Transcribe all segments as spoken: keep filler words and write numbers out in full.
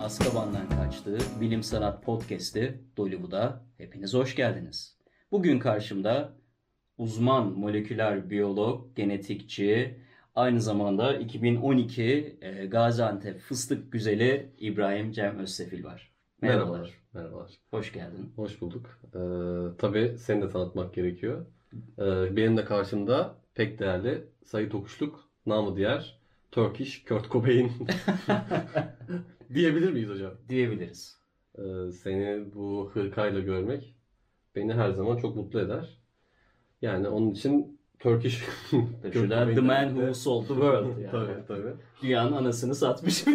Azkaban'dan kaçtığı Bilim Sanat Podcast'i Dollywood'a hepiniz hoş geldiniz. Bugün karşımda uzman moleküler biyolog, genetikçi, aynı zamanda iki bin on iki e, Gaziantep Fıstık Güzeli İbrahim Cem Özsefil var. Merhabalar. Merhabalar. Merhabalar. Hoş geldin. Hoş bulduk. Ee, tabii seni de tanıtmak gerekiyor. Ee, benim de karşımda pek değerli Sayit Tokuşluk, namı diğer Turkish Kurt Cobain diyebilir miyiz hocam? Diyebiliriz. Ee, seni bu hırkayla görmek beni her zaman çok mutlu eder. Yani onun için Turkish Kurt The Man Who Sold the World. Yani. Tabii tabii. Dünyanın anasını satmış.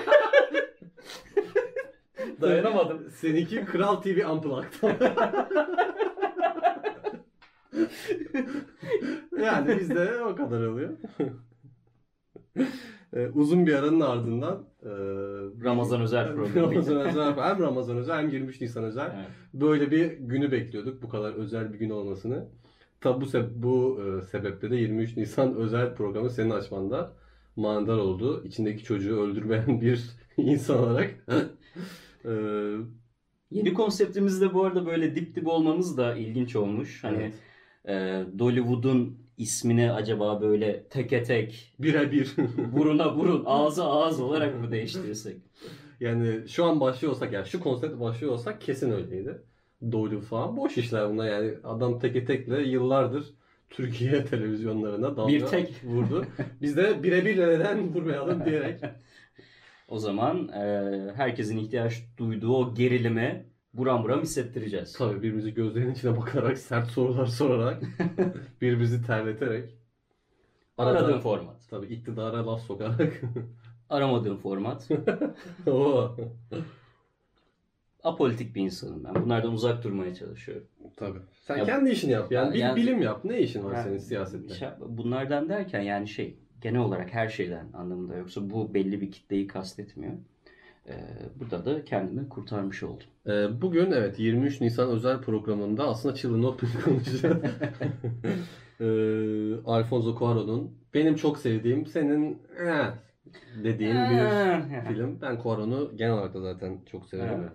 Dayanamadım. Seninki Kral T V Unplugged. Yani bizde o kadar oluyor. Ee, uzun bir aranın ardından e, Ramazan özel programı. Ramazan özel, hem Ramazan özel hem yirmi üç Nisan özel. Evet. Böyle bir günü bekliyorduk. Bu kadar özel bir gün olmasını. Tabi bu, sebe- bu e, sebeple de yirmi üç Nisan özel programı senin açmanda manidar oldu. İçindeki çocuğu öldürmeyen bir insan olarak. Ee, Yeni konseptimizde bu arada böyle dip dip olmamız da ilginç olmuş. Hani evet. e, Dollywood'un ismini acaba böyle teke tek, birebir, buruna burun, ağza ağız olarak mı değiştirsek? Yani şu an başlıyor olsak, yani şu konsept başlıyor olsak kesin öyleydi. Dollywood falan boş işler bunlar yani. Adam teke tekle yıllardır Türkiye televizyonlarına dalga bir tek vurdu. Biz de birebirle neden vurmayalım diyerek. O zaman e, herkesin ihtiyaç duyduğu o gerilimi buram buram hissettireceğiz. Tabii birbirimizi gözlerinin içine bakarak, sert sorular sorarak, birbirimizi terleterek. Aradığın format. Tabii iktidara laf sokarak. Aramadığın format. Apolitik bir insanım ben. Bunlardan uzak durmaya çalışıyorum. Tabii. Sen ya, kendi işini yap. Yani, yani bir bilim yap. Ne işin var yani, senin siyasette? Şey, bunlardan derken yani şey, genel olarak her şeyden anlamında, yoksa bu belli bir kitleyi kastetmiyor. Ee, burada da kendimi kurtarmış oldum. Ee, bugün evet yirmi üç Nisan özel programında aslında Children of Men konuşacağız. ee, Alfonso Cuarón'un benim çok sevdiğim, senin eh, dediğin bir film. Ben Cuarón'u genel olarak da zaten çok severim. Evet.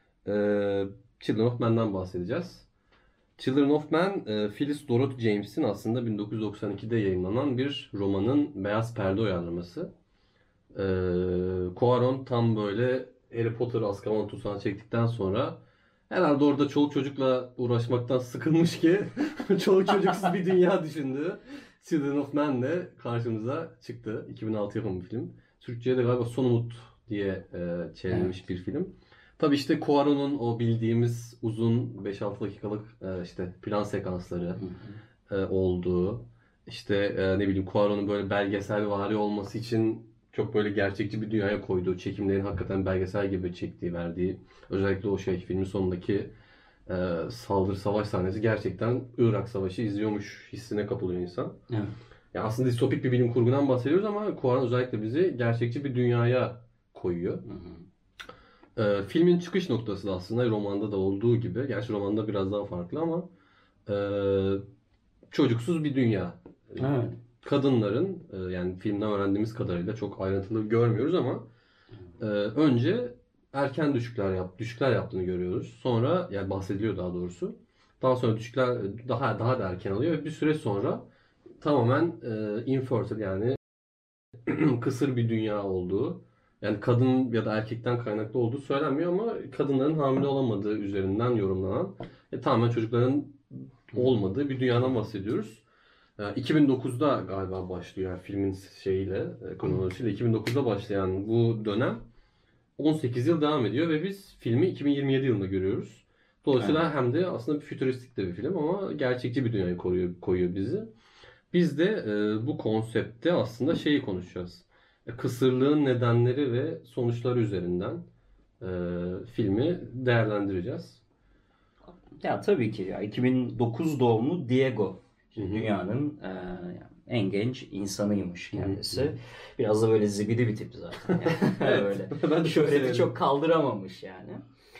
Ee, Children of Men'den bahsedeceğiz. Children of Men, e, Phyllis Dorothy James'in aslında bin dokuz yüz doksan ikide yayınlanan bir romanın beyaz perde uyarlaması. Ee, Cuarón tam böyle Harry Potter Azkaban tutsağını çektikten sonra herhalde orada çoluk çocukla uğraşmaktan sıkılmış ki çoluk çocuksuz bir dünya düşündü. Children of Men'le karşımıza çıktı. iki bin altı yapımı bir film. Türkçe'ye de galiba Son Umut diye e, çevrilmiş evet. bir film. Tabii işte Cuarón'un o bildiğimiz uzun beş altı dakikalık e, işte plan sekansları e, olduğu, işte e, ne bileyim Cuarón'un böyle belgeselvari olması için çok böyle gerçekçi bir dünyaya koyduğu, çekimlerin hakikaten belgesel gibi çektiği, verdiği, özellikle o şey filmin sonundaki e, saldırı savaş sahnesi gerçekten Irak Savaşı izliyormuş hissine kapılıyor insan. Evet. Yani aslında distopik bir bilim kurgudan bahsediyoruz ama Cuarón özellikle bizi gerçekçi bir dünyaya koyuyor. Hı hı. E, filmin çıkış noktası da aslında romanda da olduğu gibi, gerçi romanda biraz daha farklı ama e, çocuksuz bir dünya. Evet. Kadınların, yani filmden öğrendiğimiz kadarıyla çok ayrıntılı görmüyoruz ama e, önce erken düşükler yap, düşükler yaptığını görüyoruz. Sonra yani bahsediliyor daha doğrusu. Daha sonra düşükler daha daha da erken alıyor ve bir süre sonra tamamen e, infertile yani kısır bir dünya olduğu, yani kadın ya da erkekten kaynaklı olduğu söylenmiyor ama kadınların hamile olamadığı üzerinden yorumlanan e, tamamen çocukların olmadığı bir dünyadan bahsediyoruz. iki bin dokuzda galiba başlıyor yani filmin şeyiyle, kronolojisiyle iki bin dokuzda başlayan bu dönem on sekiz yıl devam ediyor ve biz filmi iki bin yirmi yedi yılında görüyoruz. Dolayısıyla evet. Hem de aslında bir fütüristik de bir film ama gerçekçi bir dünyaya koyuyor, koyuyor bizi. Biz de e, bu konseptte aslında şeyi konuşacağız. E, kısırlığın nedenleri ve sonuçları üzerinden e, filmi değerlendireceğiz. Ya tabii ki ya iki bin dokuz doğumlu Diego. Hı-hı. Dünyanın e, en genç insanıymış kendisi. Hı-hı. Biraz da böyle zibidi bir tip zaten. Yani. Evet. Böyle şöhreti çok kaldıramamış yani.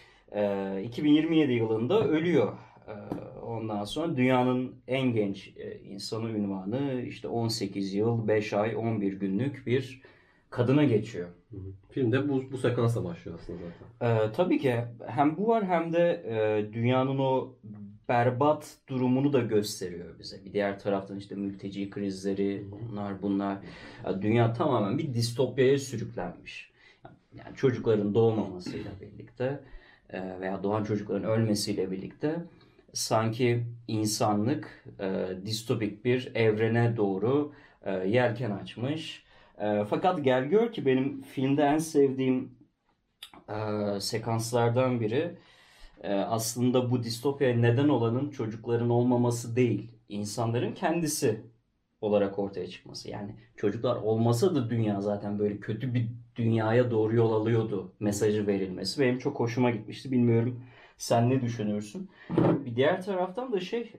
E, iki bin yirmi yedi yılında ölüyor. E, ondan sonra dünyanın en genç e, insanı unvanı işte on sekiz yıl, beş ay, on bir günlük bir kadına geçiyor. Hı hı. Filmde bu, bu sekansla başlıyor aslında zaten. Ee, tabii ki hem bu var hem de e, dünyanın o berbat durumunu da gösteriyor bize. Bir diğer taraftan işte mülteci krizleri, onlar bunlar. Ya dünya tamamen bir distopyaya sürüklenmiş. Yani çocukların doğmamasıyla birlikte e, veya doğan çocukların ölmesiyle birlikte sanki insanlık e, distopik bir evrene doğru e, yelken açmış. E, fakat gel gör ki benim filmde en sevdiğim e, sekanslardan biri e, aslında bu distopyaya neden olanın çocukların olmaması değil, insanların kendisi olarak ortaya çıkması. Yani çocuklar olmasa da dünya zaten böyle kötü bir dünyaya doğru yol alıyordu mesajı verilmesi. Benim çok hoşuma gitmişti. Bilmiyorum sen ne düşünürsün? Bir diğer taraftan da şey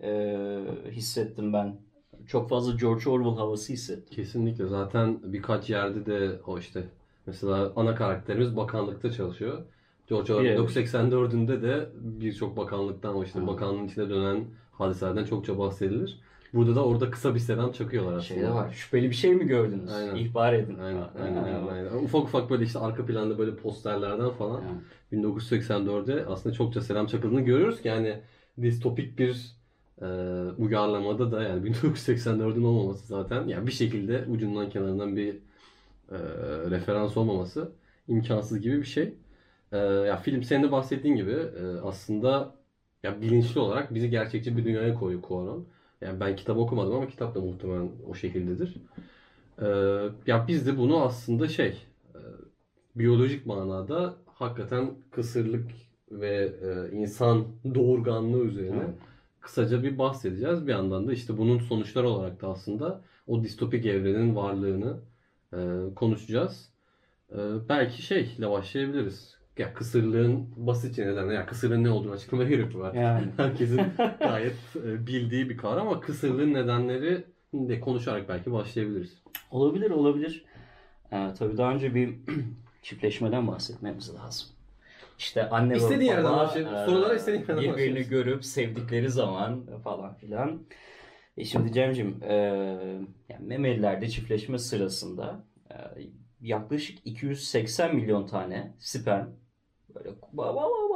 e, hissettim ben. Çok fazla George Orwell havası hissettim. Kesinlikle. Zaten birkaç yerde de o işte mesela ana karakterimiz bakanlıkta çalışıyor. George Orwell Birebir. bin dokuz yüz seksen dördünde de birçok bakanlıktan o işte Ha. bakanlığın içinde dönen hadiselerden çokça bahsedilir. Burada da orada kısa bir selam çakıyorlar aslında. Şeyde var. Şüpheli bir şey mi gördünüz? Aynen. İhbar edin. Aynen, Ha. aynen, aynen, aynen. Ufak ufak böyle işte arka planda böyle posterlerden falan Ha. bin dokuz yüz seksen dörde aslında çokça selam çakıldığını görüyoruz ki yani distopik bir e, uyarlamada da yani bin dokuz yüz seksen dördün olmaması zaten yani bir şekilde ucundan kenarından bir e, referans olmaması imkansız gibi bir şey. E, ya film senin de bahsettiğin gibi e, aslında ya bilinçli olarak bizi gerçekçi bir dünyaya koyuyor Cuarón. Yani ben kitap okumadım ama kitap da muhtemelen o şekildedir. Ee, ya biz de bunu aslında şey e, biyolojik manada hakikaten kısırlık ve e, insan doğurganlığı üzerine Evet. kısaca bir bahsedeceğiz. Bir yandan da işte bunun sonuçları olarak da aslında o distopik evrenin varlığını e, konuşacağız. E, belki şeyle başlayabiliriz. Ya kısırlığın basitçe nedenle ya kısırlığın ne olduğunu açıklamaya gerek var. Yani. Herkesin gayet e, bildiği bir kavram ama kısırlığın nedenleri de konuşarak belki başlayabiliriz. Olabilir, olabilir. Ee, tabii daha önce bir çiftleşmeden bahsetmemiz lazım. İşte anne ve İstediğin yerden baba başlayalım. e, Sorulara istediğin yerden birbirini başlayalım. görüp sevdikleri zaman falan filan. E şimdi Cem'cim e, yani memelilerde çiftleşme sırasında e, yaklaşık iki yüz seksen milyon tane sperm böyle ba- ba- ba-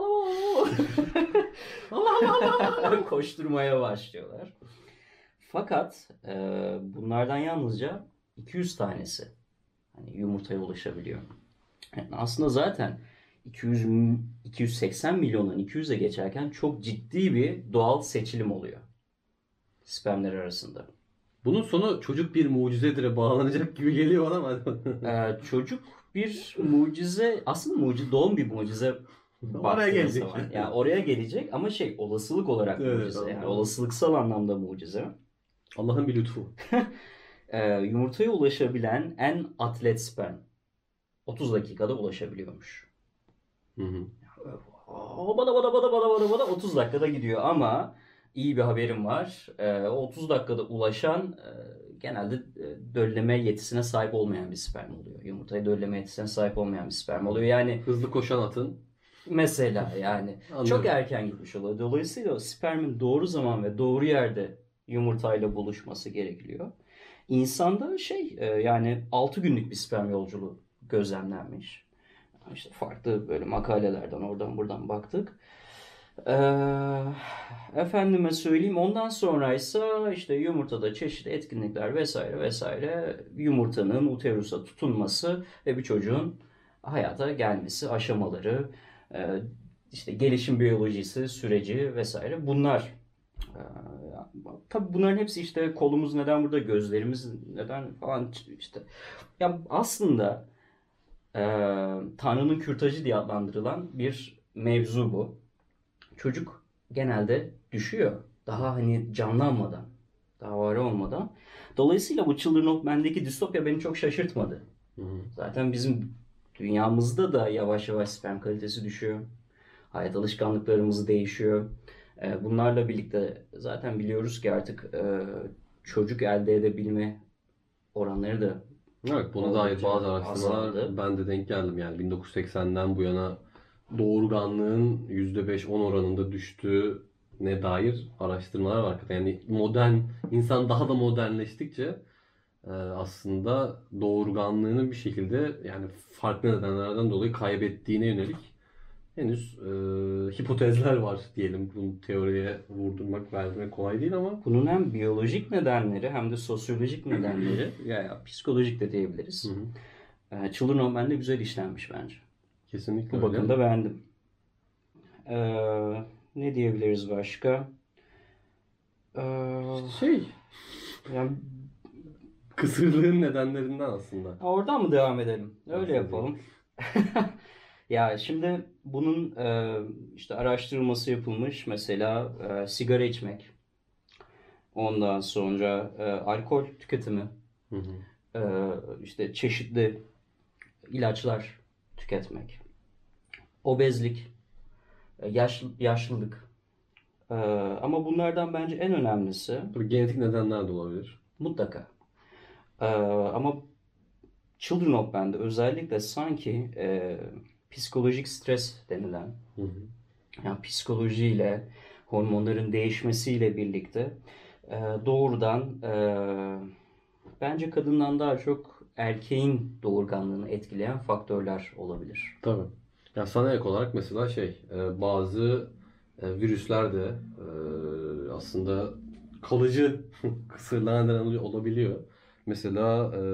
ba- ba- koşturmaya başlıyorlar. Fakat e, bunlardan yalnızca iki yüz tanesi hani yumurtaya ulaşabiliyor. Yani aslında zaten iki yüz m- iki yüz seksen milyondan iki yüze geçerken çok ciddi bir doğal seçilim oluyor spermler arasında. Bunun sonu çocuk bir mucizedir'e bağlanacak gibi geliyor bana ama. Ee, çocuk bir mucize, aslında mucize, doğum bir mucize Oraya baktığınız gelecek. zaman. Yani oraya gelecek ama şey olasılık olarak Evet, mucize. Yani anladım. olasılıksal anlamda mucize. Allah'ın bir lütfu. Ee, yumurtaya ulaşabilen en atlet sperm otuz dakikada ulaşabiliyormuş. Hı hı. Aa, Bada bada bada bada bada bada otuz dakikada gidiyor ama iyi bir haberim var. Ee, o otuz dakikada ulaşan e, genelde e, dölleme yetisine sahip olmayan bir sperm oluyor. Yumurtayı dölleme yetisine sahip olmayan bir sperm oluyor. Yani Hızlı koşan atın. mesela yani Anladım. çok erken gitmiş oluyor. Dolayısıyla o spermin doğru zaman ve doğru yerde yumurtayla buluşması gerekiyor. İnsanda şey e, yani altı günlük bir sperm yolculuğu gözlemlenmiş. İşte farklı böyle makalelerden oradan buradan baktık. Ee, efendime söyleyeyim ondan sonraysa işte yumurtada çeşitli etkinlikler vesaire vesaire yumurtanın uterusa tutunması ve bir çocuğun hayata gelmesi aşamaları e, işte gelişim biyolojisi süreci vesaire bunlar. Ee, tabii bunların hepsi işte kolumuz neden burada gözlerimiz neden falan işte ya aslında e, Tanrı'nın kürtajı diye adlandırılan bir mevzu bu. Çocuk genelde düşüyor. Daha hani canlanmadan, daha var olmadan. Dolayısıyla bu Children of Men'deki distopya beni çok şaşırtmadı. Hı hı. Zaten bizim dünyamızda da yavaş yavaş sperm kalitesi düşüyor. Hayat alışkanlıklarımız değişiyor. E, Bunlarla birlikte zaten biliyoruz ki artık e, çocuk elde edebilme oranları da Evet, buna dair oldukça bazı araştırmalar azaldı. ben de denk geldim. Yani bin dokuz yüz seksenden bu yana doğurganlığın yüzde beş on oranında düştüğüne dair araştırmalar var. Hakikaten yani modern, insan daha da modernleştikçe e, aslında doğurganlığını bir şekilde yani farklı nedenlerden dolayı kaybettiğine yönelik henüz e, hipotezler var diyelim. Bunu teoriye vurdurmak, vermek kolay değil ama. Bunun hem biyolojik nedenleri hem de sosyolojik nedenleri veya psikolojik de diyebiliriz. Hı hı. Ee, Children of Men'de güzel işlenmiş bence. Kesinlikle Bu öyle. bakımda beğendim. Ee, ne diyebiliriz başka? Ee, Şey, yani kısırlığın nedenlerinden aslında. oradan mı devam edelim? Öyle Bahsedelim. yapalım. Ya şimdi bunun e, işte araştırılması yapılmış. Mesela e, sigara içmek, ondan sonra e, alkol tüketimi, Hı hı. e, işte çeşitli ilaçlar tüketmek, obezlik, e, yaş, yaşlılık. E, ama bunlardan bence en önemlisi Tabii genetik nedenler de olabilir. mutlaka. E, ama Children of Men'de özellikle sanki e, psikolojik stres denilen, Hı hı. yani psikolojiyle, hormonların değişmesiyle birlikte e, doğrudan e, bence kadından daha çok erkeğin doğurganlığını etkileyen faktörler olabilir. Tabii. Ya sana ek olarak mesela şey, e, bazı e, virüsler de e, aslında kalıcı kısırlığa neden oluyor- olabiliyor. Mesela e,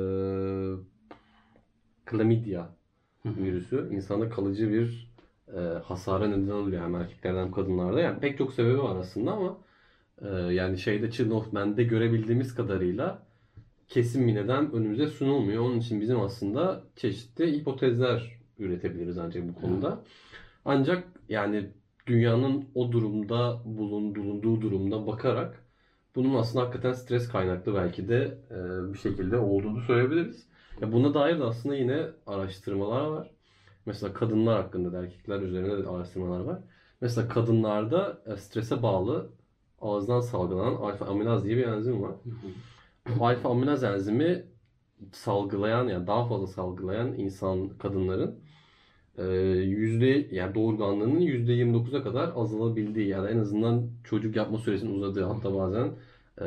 Chlamydia Hı hı. virüsü insanda kalıcı bir e, hasara neden oluyor hem erkeklerde hem kadınlarda. Yani pek çok sebebi var aslında ama e, yani şeyde Children of Men'de görebildiğimiz kadarıyla kesin bir neden önümüze sunulmuyor. Onun için bizim aslında çeşitli hipotezler üretebiliriz ancak bu konuda. Ancak yani dünyanın o durumda bulun, bulunduğu durumda bakarak bunun aslında hakikaten stres kaynaklı belki de e, bir şekilde olduğunu söyleyebiliriz. Ya buna dair de aslında yine araştırmalar var. Mesela kadınlar hakkında da erkekler üzerine de araştırmalar var. Mesela kadınlarda e, strese bağlı ağızdan salgılanan alfa amilaz diye bir enzim var. Hı hı. Bu alfa amilaz enzimi salgılayan yani daha fazla salgılayan insan kadınların e, yüzde yani doğurganlığının yüzde yirmi dokuza kadar azalabildiği yani en azından çocuk yapma süresinin uzadığı hatta bazen e,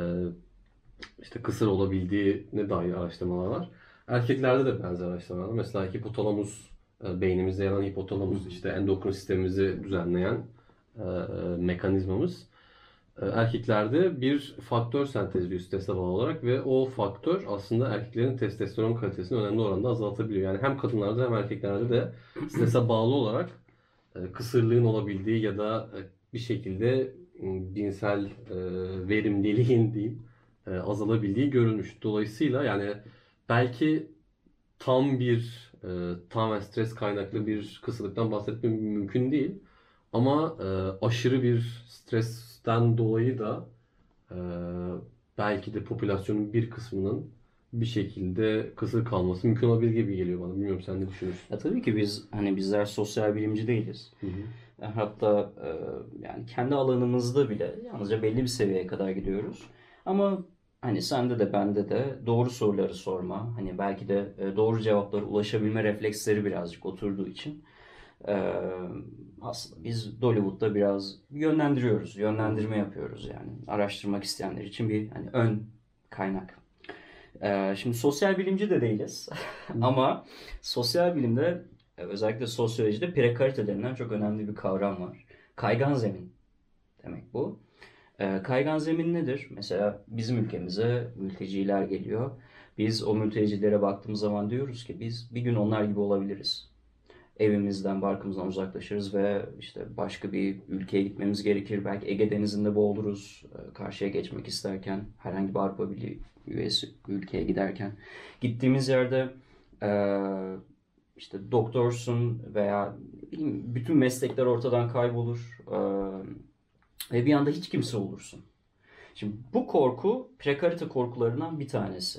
işte kısır olabildiğine dair araştırmalar var. Erkeklerde de benzer araştırmalar var. Mesela hipotalamus e, beynimizde yer alan hipotalamus işte endokrin sistemimizi düzenleyen e, e, mekanizmamız e, erkeklerde bir faktör sentezliyor strese bağlı olarak ve o faktör aslında erkeklerin testosteron kalitesini önemli oranda azaltabiliyor. Yani hem kadınlarda hem erkeklerde de strese bağlı olarak e, kısırlığın olabildiği ya da e, bir şekilde m, cinsel e, verimliliğin diyeyim e, azalabildiği görülmüş. Dolayısıyla yani belki tam bir e, tamamen stres kaynaklı bir kısırlıktan bahsetmem mümkün değil. Ama e, aşırı bir stresten dolayı da e, belki de popülasyonun bir kısmının bir şekilde kısır kalması mümkün olabilir gibi geliyor bana. Bilmiyorum sen ne düşünürsün? Ya tabii ki biz hani bizler sosyal bilimci değiliz. Hı hı. E, Hatta e, yani kendi alanımızda bile yalnızca belli bir seviyeye kadar gidiyoruz. Ama hani sende de bende de doğru soruları sorma, hani belki de e, doğru cevaplara ulaşabilme refleksleri birazcık oturduğu için e, aslında biz Dollywood'da biraz yönlendiriyoruz, yönlendirme yapıyoruz yani araştırmak isteyenler için bir hani ön kaynak. E, şimdi sosyal bilimci de değiliz ama sosyal bilimde e, özellikle sosyolojide prekarite denilen çok önemli bir kavram var. Kaygan zemin demek bu. E, kaygan zemin nedir? Mesela bizim ülkemize mülteciler geliyor. Biz o mültecilere baktığımız zaman diyoruz ki biz bir gün onlar gibi olabiliriz. Evimizden, barkımızdan uzaklaşırız ve işte başka bir ülkeye gitmemiz gerekir. Belki Ege Denizi'nde boğuluruz. E, Karşıya geçmek isterken, herhangi bir Avrupa Birliği üyesi ülkeye giderken. Gittiğimiz yerde e, işte doktorsun veya bileyim, bütün meslekler ortadan kaybolur. E, ve bir anda hiç kimse olursun. Şimdi bu korku prekarite korkularından bir tanesi.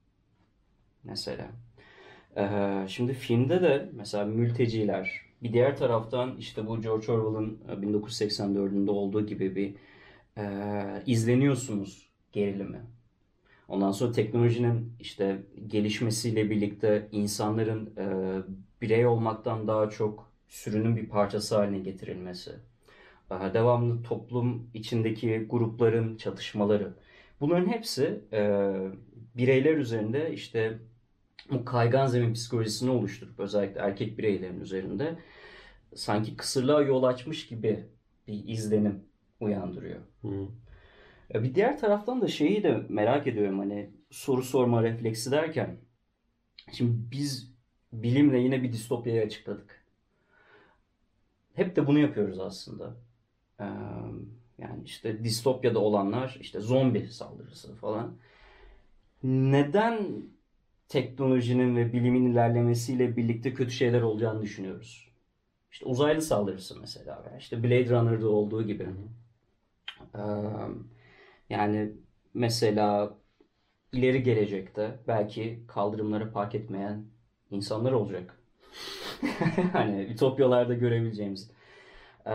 Mesela. Ee, şimdi filmde de mesela mülteciler, bir diğer taraftan işte bu George Orwell'ın e, bin dokuz yüz seksen dördünde olduğu gibi bir e, izleniyorsunuz gerilimi. Ondan sonra teknolojinin işte gelişmesiyle birlikte insanların e, birey olmaktan daha çok sürünün bir parçası haline getirilmesi. Devamlı toplum içindeki grupların çatışmaları. Bunların hepsi e, bireyler üzerinde işte bu kaygan zemin psikolojisini oluşturup özellikle erkek bireylerin üzerinde sanki kısırlığa yol açmış gibi bir izlenim uyandırıyor. Hı. E, Bir diğer taraftan da şeyi de merak ediyorum, hani soru sorma refleksi derken, şimdi biz bilimle yine bir distopyayı açıkladık. Hep de bunu yapıyoruz aslında. Ee, Yani işte distopyada olanlar işte zombi saldırısı falan. Neden teknolojinin ve bilimin ilerlemesiyle birlikte kötü şeyler olacağını düşünüyoruz? İşte uzaylı saldırısı mesela, veya işte Blade Runner'da olduğu gibi. Ee, Yani mesela ileri gelecekte belki kaldırımlara park etmeyen insanlar olacak. Hani ütopyalarda görebileceğimiz. Ee,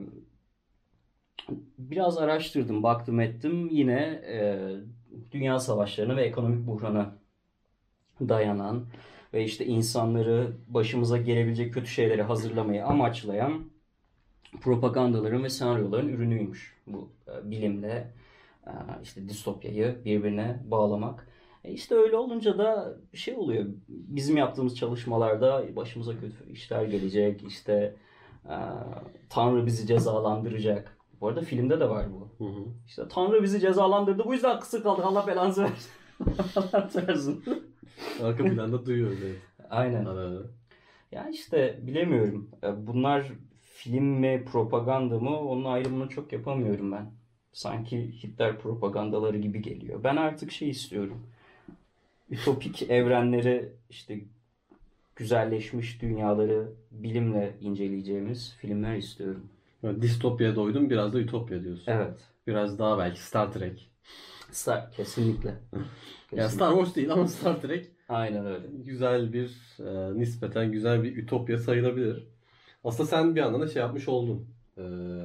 Biraz araştırdım, baktım ettim. Yine e, dünya savaşlarına ve ekonomik buhrana dayanan ve işte insanları başımıza gelebilecek kötü şeyleri hazırlamayı amaçlayan propagandaların ve senaryoların ürünüymüş bu e, bilimle e, işte distopyayı birbirine bağlamak. E işte öyle olunca da bir şey oluyor. Bizim yaptığımız çalışmalarda başımıza kötü işler gelecek. İşte e, Tanrı bizi cezalandıracak. Bu arada filmde de var bu. Hı hı. İşte Tanrı bizi cezalandırdı. Bu yüzden kısır kaldık. Allah belanızı versin. Allah versin. Arka planda duyuyoruz, evet. Aynen. Ara ara. Ya işte bilemiyorum. E, Bunlar film mi, propaganda mı? Onun ayrımını çok yapamıyorum ben. Sanki Hitler propagandaları gibi geliyor. Ben artık şey istiyorum. Ütopik evrenleri, işte güzelleşmiş dünyaları bilimle inceleyeceğimiz filmler istiyorum. Yani distopyaya doydum, biraz da ütopya diyorsun. Evet. Biraz daha belki Star Trek. Star, kesinlikle. Ya Kesinlikle. Star Wars değil ama Star Trek Aynen öyle. güzel bir, e, nispeten güzel bir ütopya sayılabilir. Aslında sen bir yandan da şey yapmış oldun. Ee,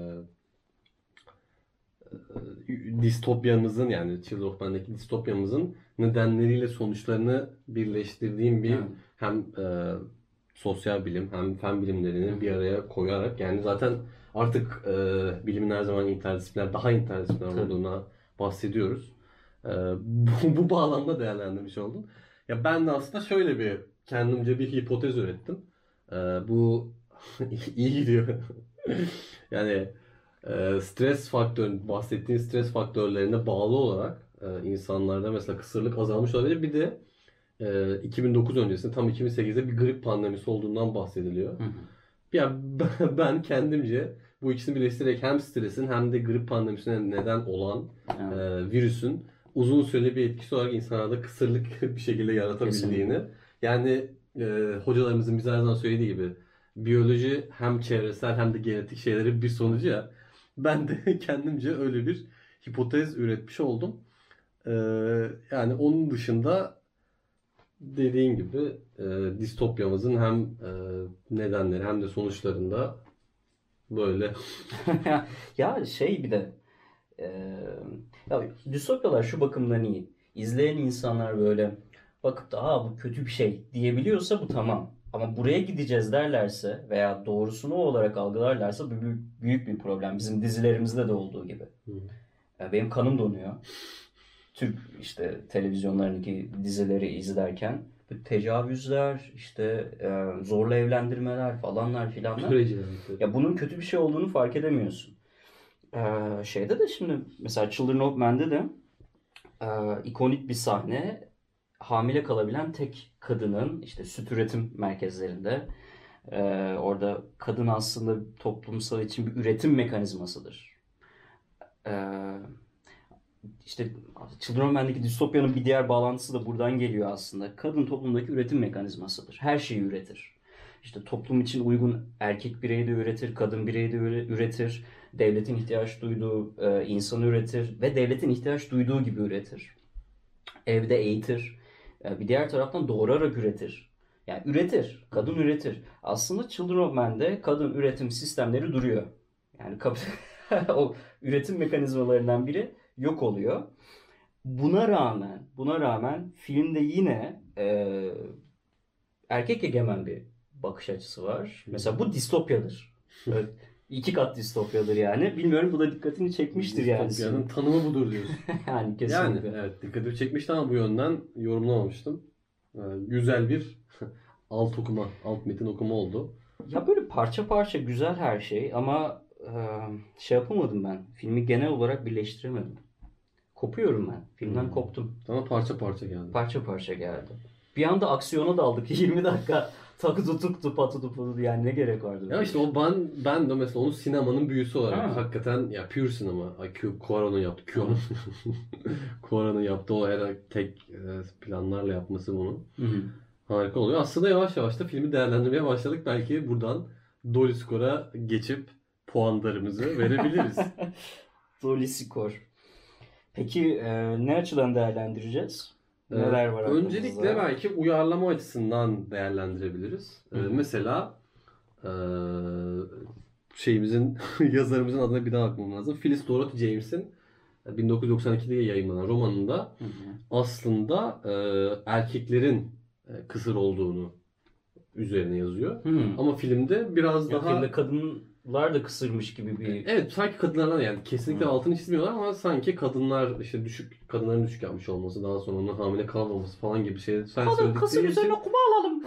e, distopyamızın, yani Children of Men'deki distopyamızın nedenleriyle sonuçlarını birleştirdiğim bir, Evet. hem e, sosyal bilim hem fen bilimlerini Hı. bir araya koyarak, yani zaten artık e, bilimin her zaman interdisipliner, daha interdisipliner Tabii. olduğuna bahsediyoruz. E, bu, bu bağlamda değerlendirmiş oldum. Ya ben de aslında şöyle bir, kendimce bir hipotez ürettim. E, bu iyi gidiyor. Yani e, stres faktörü, bahsettiğin stres faktörlerine bağlı olarak e, insanlarda mesela kısırlık azalmış olabilir. Bir de e, iki bin dokuz öncesinde, tam iki bin sekizde bir grip pandemisi olduğundan bahsediliyor. Hı hı. Ya ben, ben kendimce bu ikisini birleştirerek hem stresin hem de grip pandemisine neden olan Evet. e, virüsün uzun süreli bir etkisi olarak insanlarda kısırlık bir şekilde yaratabildiğini. Kesinlikle. Yani e, hocalarımızın bize her zaman söylediği gibi, biyoloji hem çevresel hem de genetik şeylerin bir sonucu ya. Ben de kendimce öyle bir hipotez üretmiş oldum. E, Yani onun dışında, dediğin gibi e, distopyamızın hem e, nedenleri hem de sonuçlarında böyle. Ya şey bir de e, ya distopyalar şu bakımdan iyi. İzleyen insanlar böyle bakıp da aa bu kötü bir şey diyebiliyorsa bu tamam. Ama buraya gideceğiz derlerse veya doğrusunu o olarak algılarlarsa bu büyük, büyük bir problem. Bizim dizilerimizde de olduğu gibi. Ya benim kanım donuyor. Türk işte televizyonlarındaki dizileri izlerken bu tecavüzler, işte e, zorla evlendirmeler falanlar filanlar. Ya bunun kötü bir şey olduğunu fark edemiyorsun. Ee, şeyde de şimdi mesela Children of Men'de de e, ikonik bir sahne, hamile kalabilen tek kadının işte süt üretim merkezlerinde. Ee, orada kadın aslında toplumsal için bir üretim mekanizmasıdır. Ee, işte Children of Men'deki distopyanın bir diğer bağlantısı da buradan geliyor aslında. Kadın toplumdaki üretim mekanizmasıdır. Her şeyi üretir. İşte toplum için uygun erkek bireyi de üretir, kadın bireyi de üretir. Devletin ihtiyaç duyduğu e, insanı üretir ve devletin ihtiyaç duyduğu gibi üretir. Evde eğitir. E, bir diğer taraftan doğurarak üretir. Yani üretir. Kadın üretir. Aslında Children of Men'de kadın üretim sistemleri duruyor. Yani o üretim mekanizmalarından biri yok oluyor. Buna rağmen, buna rağmen filmde yine e, erkek egemen bir bakış açısı var. Mesela bu distopyadır. Evet. İki kat distopyadır yani. Bilmiyorum, bu da dikkatini çekmiştir yani. Distopyanın tanımı budur diyorsun. Yani kesinlikle. Yani evet, dikkatimi çekmişti ama bu yönden yorumlamamıştım. Ee, güzel bir alt okuma, alt metin okuma oldu. Ya böyle parça parça güzel her şey ama e, şey yapamadım ben. Filmi genel olarak birleştiremedim. Kopuyorum ben. Filmden Hmm. koptum. Sana parça parça geldi. Parça parça geldi. Bir anda aksiyona daldık. yirmi dakika takı tutuktu, patı tutuktu, yani ne gerek vardı? Ya işte o ben ben de mesela onu sinemanın büyüsü olarak Ha. hakikaten ya pure sinema. Ay, Q- Cuarón'un yaptı. Cuarón'un Cuarón'un yaptığı o her tek e, planlarla yapması bunu. Hı hı. Harika oluyor. Aslında yavaş yavaş da filmi değerlendirmeye başladık. Belki buradan Dolly Score'a geçip puanlarımızı verebiliriz. Dolly Score. Peki e, ne açıdan değerlendireceğiz? Neler var aklımızda? Öncelikle belki uyarlama açısından değerlendirebiliriz. Ee, mesela e, şeyimizin yazarımızın adına bir daha bakmam lazım. Phyllis Dorothy James'in bin dokuz yüz doksan ikide yayınlanan romanında Hı hı. aslında e, erkeklerin e, kısır olduğunu üzerine yazıyor. Hı. Ama filmde biraz Ya daha filmde kadınlar da kısırmış gibi bir... evet, sanki kadınlardan, yani kesinlikle Hı. altını çizmiyorlar ama sanki kadınlar işte düşük, kadınların düşük yapmış olması, daha sonra onun hamile kalmaması falan gibi şey sen Kadın kısır söyledikleri için üzerine kuma alalım.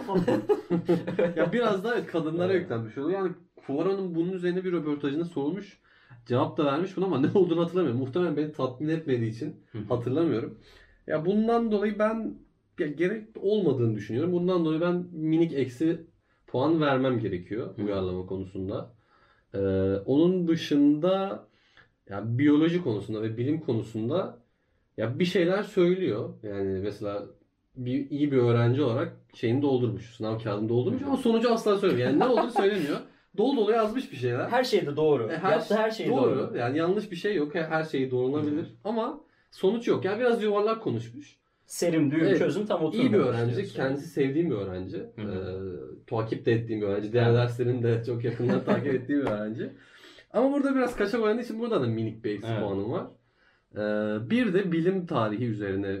ya biraz da evet, kadınlara Evet. yüklenmiş oluyor. Yani Poirot'un bunun üzerine bir röportajında sorulmuş. Cevap da vermiş buna ama ne olduğunu hatırlamıyorum. Muhtemelen beni tatmin etmediği için hatırlamıyorum. Ya bundan dolayı ben ya gerek olmadığını düşünüyorum. Bundan dolayı ben minik eksi puan vermem gerekiyor Hı. uyarlama konusunda. Ee, onun dışında ya biyoloji konusunda ve bilim konusunda ya bir şeyler söylüyor. Yani mesela bir iyi bir öğrenci olarak şeyini doldurmuş, sınav kağıdını doldurmuş ama sonucu asla söylemiyor. Yani ne olduğunu söylemiyor. Dolu dolu yazmış bir şeyler. Her şey de doğru. E, her, Yaptığı her şey doğru. doğru. Yani yanlış bir şey yok. Her her şey doğrulanabilir. Ama sonuç yok. Yani biraz yuvarlak konuşmuş. Serim, düğüm, Evet, çözüm tam oturmamış. İyi bir öğrenci. diyorsun. Kendisi sevdiğim bir öğrenci. Hı hı. Ee, takip de ettiğim bir öğrenci. Diğer Evet. derslerini de çok yakından takip ettiğim bir öğrenci. Ama burada biraz kaşa boyandığı için burada da minik bir eksi Evet. puanım var. Ee, bir de bilim tarihi üzerine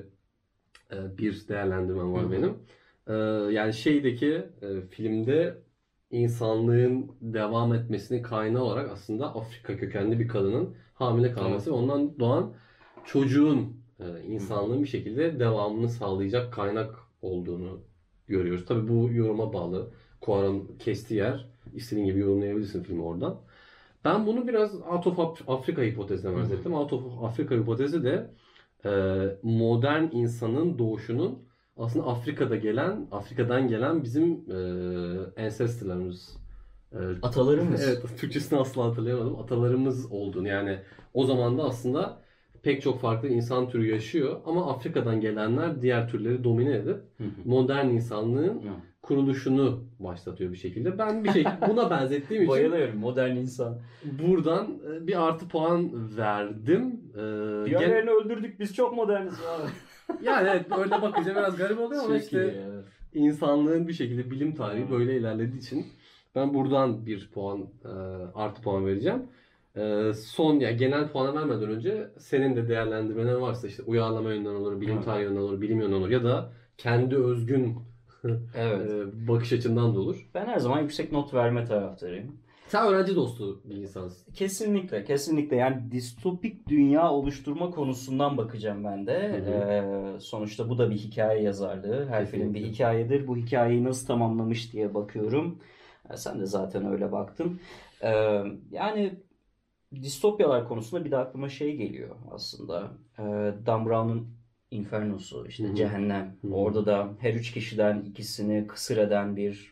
e, bir değerlendirmem var Hı hı. benim. Ee, yani şeydeki e, filmde insanlığın devam etmesinin kaynağı olarak aslında Afrika kökenli bir kadının hamile kalması ve ondan doğan çocuğun e, insanlığın bir şekilde devamını sağlayacak kaynak olduğunu görüyoruz. Tabii bu yoruma bağlı. Cuarón kestiği yer, istediğin gibi yorumlayabilirsin filmi oradan. Ben bunu biraz Out of Af- Afrika hipotezine benzettim. Out of Afrika hipotezi de e, modern insanın doğuşunun aslında Afrika'da gelen, Afrika'dan gelen bizim e, ancestorlarımız. E, Atalarımız. evet, Türkçesini asla hatırlayamadım. Atalarımız olduğunu, yani o zaman da aslında pek çok farklı insan türü yaşıyor ama Afrika'dan gelenler diğer türleri domine edip Hı hı. modern insanlığın Hı. kuruluşunu başlatıyor bir şekilde. Ben bir şey buna benzettiğim için Bayılıyorum modern insan. buradan e, bir artı puan verdim. Ee, gen- Diğerlerini öldürdük, biz çok moderniz abi. yani evet, öyle bakınca biraz garip oluyor ama Çok işte iyi ya. insanlığın bir şekilde bilim tarihi Hmm. böyle ilerlediği için ben buradan bir puan e, artı puan vereceğim. E, son ya genel puana vermeden önce senin de değerlendirmenen varsa işte uyarlama yönünden olur, bilim Evet. tarihi yönünden olur, bilim yönünden olur ya da kendi özgün Evet. e, bakış açından da olur. Ben her zaman yüksek not verme taraftarıyım. Sen öğrenci dostu bir insansın. Kesinlikle, kesinlikle. Yani distopik dünya oluşturma konusundan bakacağım ben de. Hı hı. Ee, sonuçta bu da bir hikaye yazarlığı. Her film bir Kesinlikle. hikayedir. Bu hikayeyi nasıl tamamlamış diye bakıyorum. Ee, sen de zaten öyle baktın. Ee, yani distopyalar konusunda bir de aklıma şey geliyor aslında. Ee, Dan Brown'un Inferno'su, işte Hı hı. Cehennem. Hı hı. Orada da her üç kişiden ikisini kısır eden bir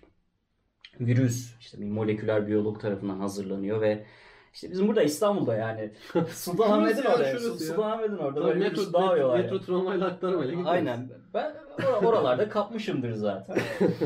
virüs, işte bir moleküler biyolog tarafından hazırlanıyor ve işte bizim burada İstanbul'da yani Sultanahmet'in Şurası ya, orada, şurası ya. Sultanahmet'in orada Tabii böyle metro, virüs dağılıyorlar metro, yani. metro tramvayla aktarmayla gidiyoruz. Aynen. Ben or- oralarda kapmışımdır zaten.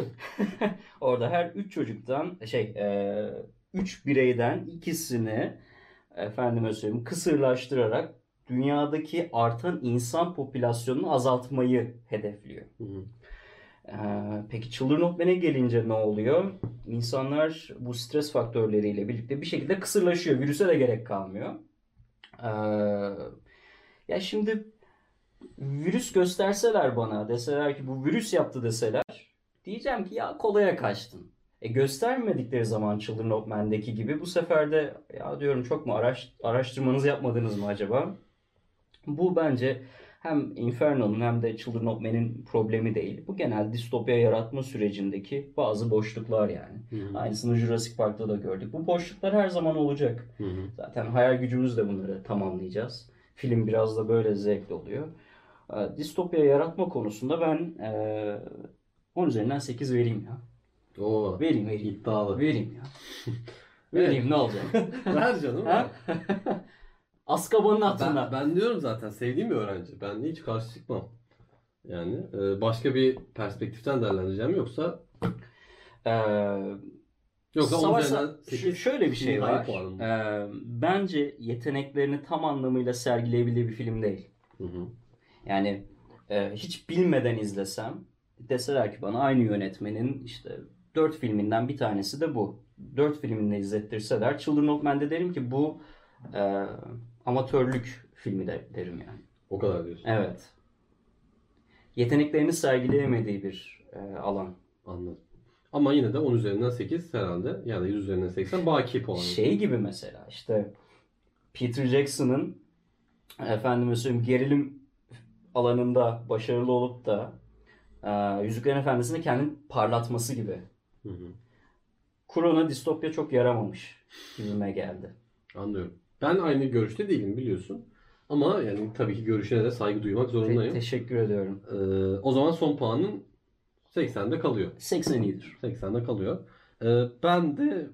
Orada her üç çocuktan şey, e, üç bireyden ikisini efendime söyleyeyim kısırlaştırarak dünyadaki artan insan popülasyonunu azaltmayı hedefliyor. Hı hı. Ee, peki Children gelince ne oluyor? İnsanlar bu stres faktörleriyle birlikte bir şekilde kısırlaşıyor. Virüse de gerek kalmıyor. Ee, ya şimdi virüs gösterseler bana, deseler ki bu virüs yaptı deseler, diyeceğim ki ya kolaya kaçtın. E göstermedikleri zaman Children of Men'deki gibi bu sefer de ya diyorum çok mu araş, araştırmanızı yapmadınız mı acaba? Bu bence hem Inferno'nun hem de Children of Men'in problemi değil. Bu genel distopya yaratma sürecindeki bazı boşluklar yani. Hı hı. Aynısını Jurassic Park'ta da gördük. Bu boşluklar her zaman olacak. Hı hı. Zaten hayal gücümüzle bunları tamamlayacağız. Film biraz da böyle zevkli oluyor. E, Distopya yaratma konusunda ben e, on üzerinden sekiz vereyim ya. Oo, Vereyim vereyim. iddialı. Vereyim ya. Vereyim ne olacak? Ver canım. Ha? Azkaban'ın Ben, hatırına. ben diyorum zaten sevdiğim bir öğrenci. Ben hiç karşı çıkmam. Yani e, başka bir perspektiften değerlendireceğim yoksa Ee, yoksa on Savaş, üzerinden Ş- sekiz şöyle bir şey iyi var. puanım mı? Ee, bence yeteneklerini tam anlamıyla sergileyebildiği bir film değil. Hı hı. Yani e, hiç bilmeden izlesem deseler ki bana aynı yönetmenin işte dört filminden bir tanesi de bu. Dört filmini de izlettirseler Children of Men'de derim ki bu e, amatörlük filmi de derim yani. O kadar diyorsun. Evet. Yeteneklerini sergileyemediği bir e, alan. Anladım. Ama yine de on üzerinden sekiz herhalde. Yani yüz üzerinden seksen baki puan. Şey gibi mesela işte Peter Jackson'ın efendime söyleyeyim gerilim alanında başarılı olup da e, Yüzüklerin Efendisi'nde kendini parlatması gibi. Hı hı. Kurona distopya çok yaramamış gibime geldi. Anlıyorum. Ben aynı görüşte değilim biliyorsun. Ama yani tabii ki görüşüne de saygı duymak Te- zorundayım. teşekkür ediyorum. Ee, o zaman son puanın seksende kalıyor. seksen iyidir. seksende kalıyor. Ee, ben de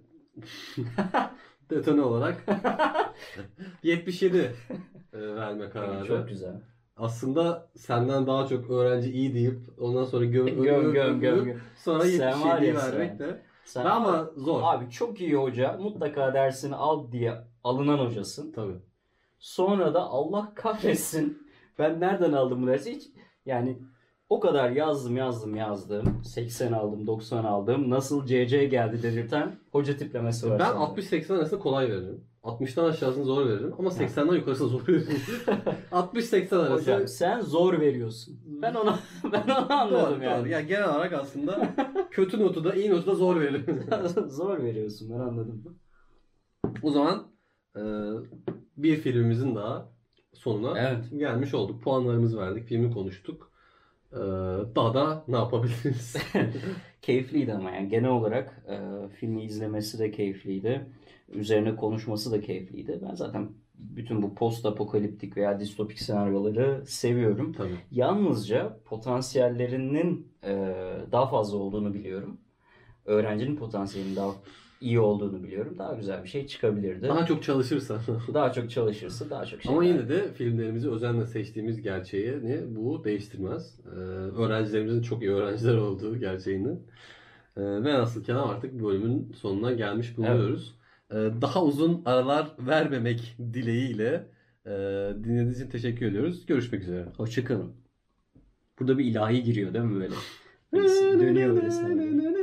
detone olarak yetmiş yedi e, verme kararı. Çok güzel. Aslında senden daha çok öğrenci iyi deyip ondan sonra göm Göm, göm göm, göm, göm. sonra Sen var yetmiş yediyi ya sen. vermek de Sen, ben ama zor. Abi çok iyi hoca. Mutlaka dersini al diye alınan hocasın. Tabii. Sonra da Allah kahretsin. Ben nereden aldım bu dersi? Hiç yani o kadar yazdım yazdım yazdım. seksen aldım, doksan aldım. Nasıl C C geldi dedirten hoca tiplemesi var. Ben sende. altmış seksen arasında kolay veririm. altmıştan aşağısını zor veririm ama seksenden yukarısını zor veririm. altmış seksen arası. Hocam sen zor veriyorsun. Ben onu ben onu anladım Doğru, yani. doğru. Yani genel olarak aslında kötü notu da iyi notu da zor veririm. Zor veriyorsun ben anladım. O zaman e, bir filmimizin daha sonuna Evet. gelmiş olduk. Puanlarımızı verdik, filmi konuştuk. E, daha da ne yapabiliriz? Keyifliydi ama yani genel olarak e, filmi izlemesi de keyifliydi. Üzerine konuşması da keyifliydi. Ben zaten bütün bu post apokaliptik veya distopik senaryoları seviyorum. Tabii. Yalnızca potansiyellerinin e, daha fazla olduğunu biliyorum. Öğrencinin potansiyelinin daha iyi olduğunu biliyorum. Daha güzel bir şey çıkabilirdi. Daha çok çalışırsa. Daha çok çalışırsa daha çok şey. Ama yine de filmlerimizi özenle seçtiğimiz gerçeğini bu değiştirmez. Ee, öğrencilerimizin çok iyi öğrenciler olduğu gerçeğini. Ee, ve nasıl Kenan artık bu bölümün sonuna gelmiş bulunuyoruz. Ee, daha uzun aralar vermemek dileğiyle e, dinlediğiniz için teşekkür ediyoruz. Görüşmek üzere. Hoşçakalın. Burada bir ilahi giriyor değil mi böyle? Dönüyor böyle sana.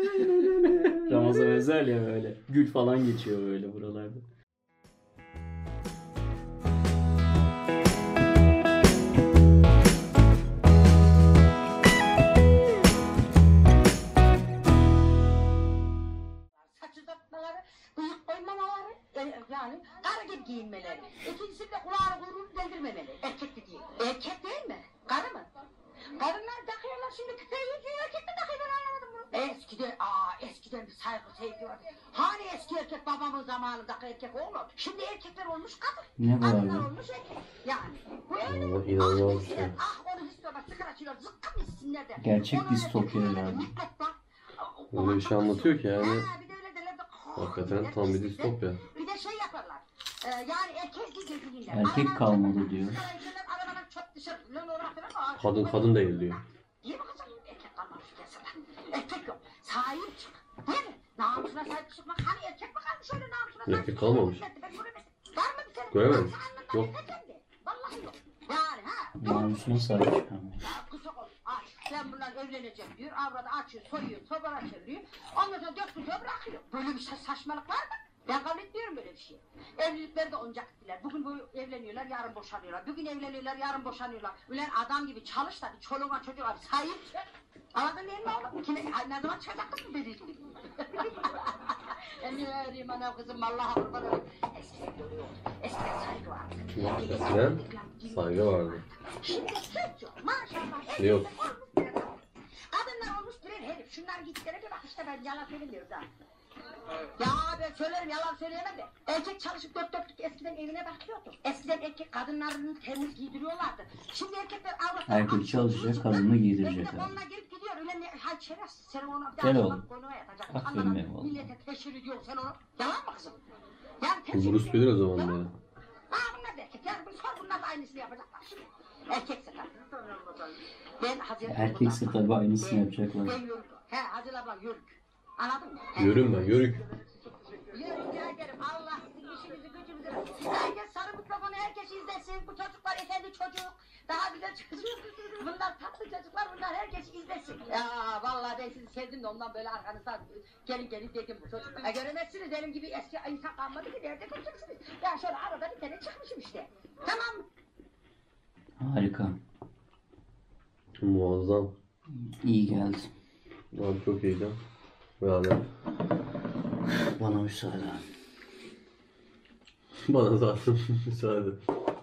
Ramazan özel ya böyle. Gül falan geçiyor böyle buralarda. Saç uzatmaları, bıyık koymamaları, e, yani karı gibi giyinmeleri. İkincisi de kulağını kuyruğunu deldirmemeleri. Erkek de değil. Erkek değil mi? Karı mı? Kadınlar takıyorlar şimdi küpeyi yüzüyor, erkek mi takıyor ben anlamadım bunu. Eskiden, aa eskiden bir saygı sevgi vardı. Hani eski erkek babamın zamanındaki erkek oğlum. Şimdi erkekler olmuş kadın. Ne bu Kadınlar abi? olmuş erkek. Yani. Bu öyle Allah, mi? inanılmaz Ah bir şey. desinler, ah onu istiyorlar, sigara içiyorlar, zıkkım içsinler de. Gerçek Onu öyle distopya tekrar herhalde. mutlaka. Öyle bir şey anlatıyor ki yani. Ha, bir de öyle derler de, Hakikaten tam bir distopya. bir de şey yaparlar. Ee, yani erkek gibi giyinirler. Erkek Arabanın kalmadı çöpünden diyor. sigara içerler, arabanın çöp dışarı. Lan oraya falan, aa, Kadın çöp kadın var. değil diyor. Değil mi kızım? Erkek kalmamış piyasada. Erkek yok. Sahip çık. Değil mi? Namusuna sahip çıkmak. Hani erkek mi kalmış öyle namusuna sahip Erkek çıkmak? kalmamış. Ben göremedim. Var mı bir tane? Göremedim. Varsa anlat bana, Yok. efendi. Vallahi yok. Yani ha. Namusuna sahip çıkanmış. Ya kısa ol. Aç. Ben bunlar evleneceğim diyor. Avradı açıyor, soyuyor, sobana çeviriyor. Ondan sonra dört gün sonra bırakıyor. Böyle bir sa- saçmalık var mı? Ben kabul etmiyorum böyle bir şey. Evlilikleri de oyuncak ettiler. Bugün bu evleniyorlar, yarın boşanıyorlar. Bugün evleniyorlar, yarın boşanıyorlar. Ulan adam gibi çalış da bir çoluğuna çocuğa bir sahip çık. Anladın değil mi oğlum? Kime, ay, ne zaman çıkacak kız mı dediğin gibi? Emin vereyim ana kızım vallahi kurban olayım. Eskiden böyle yoktu. Eskiden saygı vardı. Eskiden saygı vardı. Şimdi söz yok. Maşallah. Yok. Elbette olmuş bir adam. Kadınlar olmuş birer herif. Şunlar gittiklerine bir bak işte ben yalan söylemiyorum da. Ya ben söylerim yalan söyleyemem de. Erkek çalışıp dört dörtlük eskiden evine bakıyordu. Eskiden erkek kadınlarını temiz giydiriyorlardı. Şimdi erkekler avratlar... Erkek çalışacak, kadını giydirecek Erkek abi. onunla gelip gidiyor. Öyle ne? Hay şerefsiz. Sen ona bir Gel daha oğlum. bak, koynuna yatacak. Aferin Anladın benim mı? oğlum. Millete teşhir ediyorsun sen onu. Yalan mı kızım? Yani teşhir Bruce bilir o zaman Yalan. beni. Ha bunlar da erkek. Yani bu sor bunlar da aynısını yapacaklar. Erkekse tabii. Ben Haziran Erkekse tabii aynısını Ben- yapacaklar. Ben yörük. He Haziran abla yörük. Anladın mı? He. Yürüm ben, yörük. Yürü rica ederim. Allah sizin işinizi gücünüzü. Herkes sarı mikrofonu herkes izlesin. Bu çocuklar efendi çocuk. Daha güzel çocuk. Bunlar tatlı çocuklar. Bunlar herkes izlesin. Ya vallahi ben sizi sevdim de ondan böyle arkanızdan gelin gelin dedim bu çocuklar. E, göremezsiniz benim gibi eski insan kalmadı ki nerede göreceksiniz. Ya şöyle arada bir tane çıkmışım işte. Tamam mı? Harika. Muazzam. İyi geldi. Abi çok iyiydi. Yani Bana müsaade. bana zaten müsaade.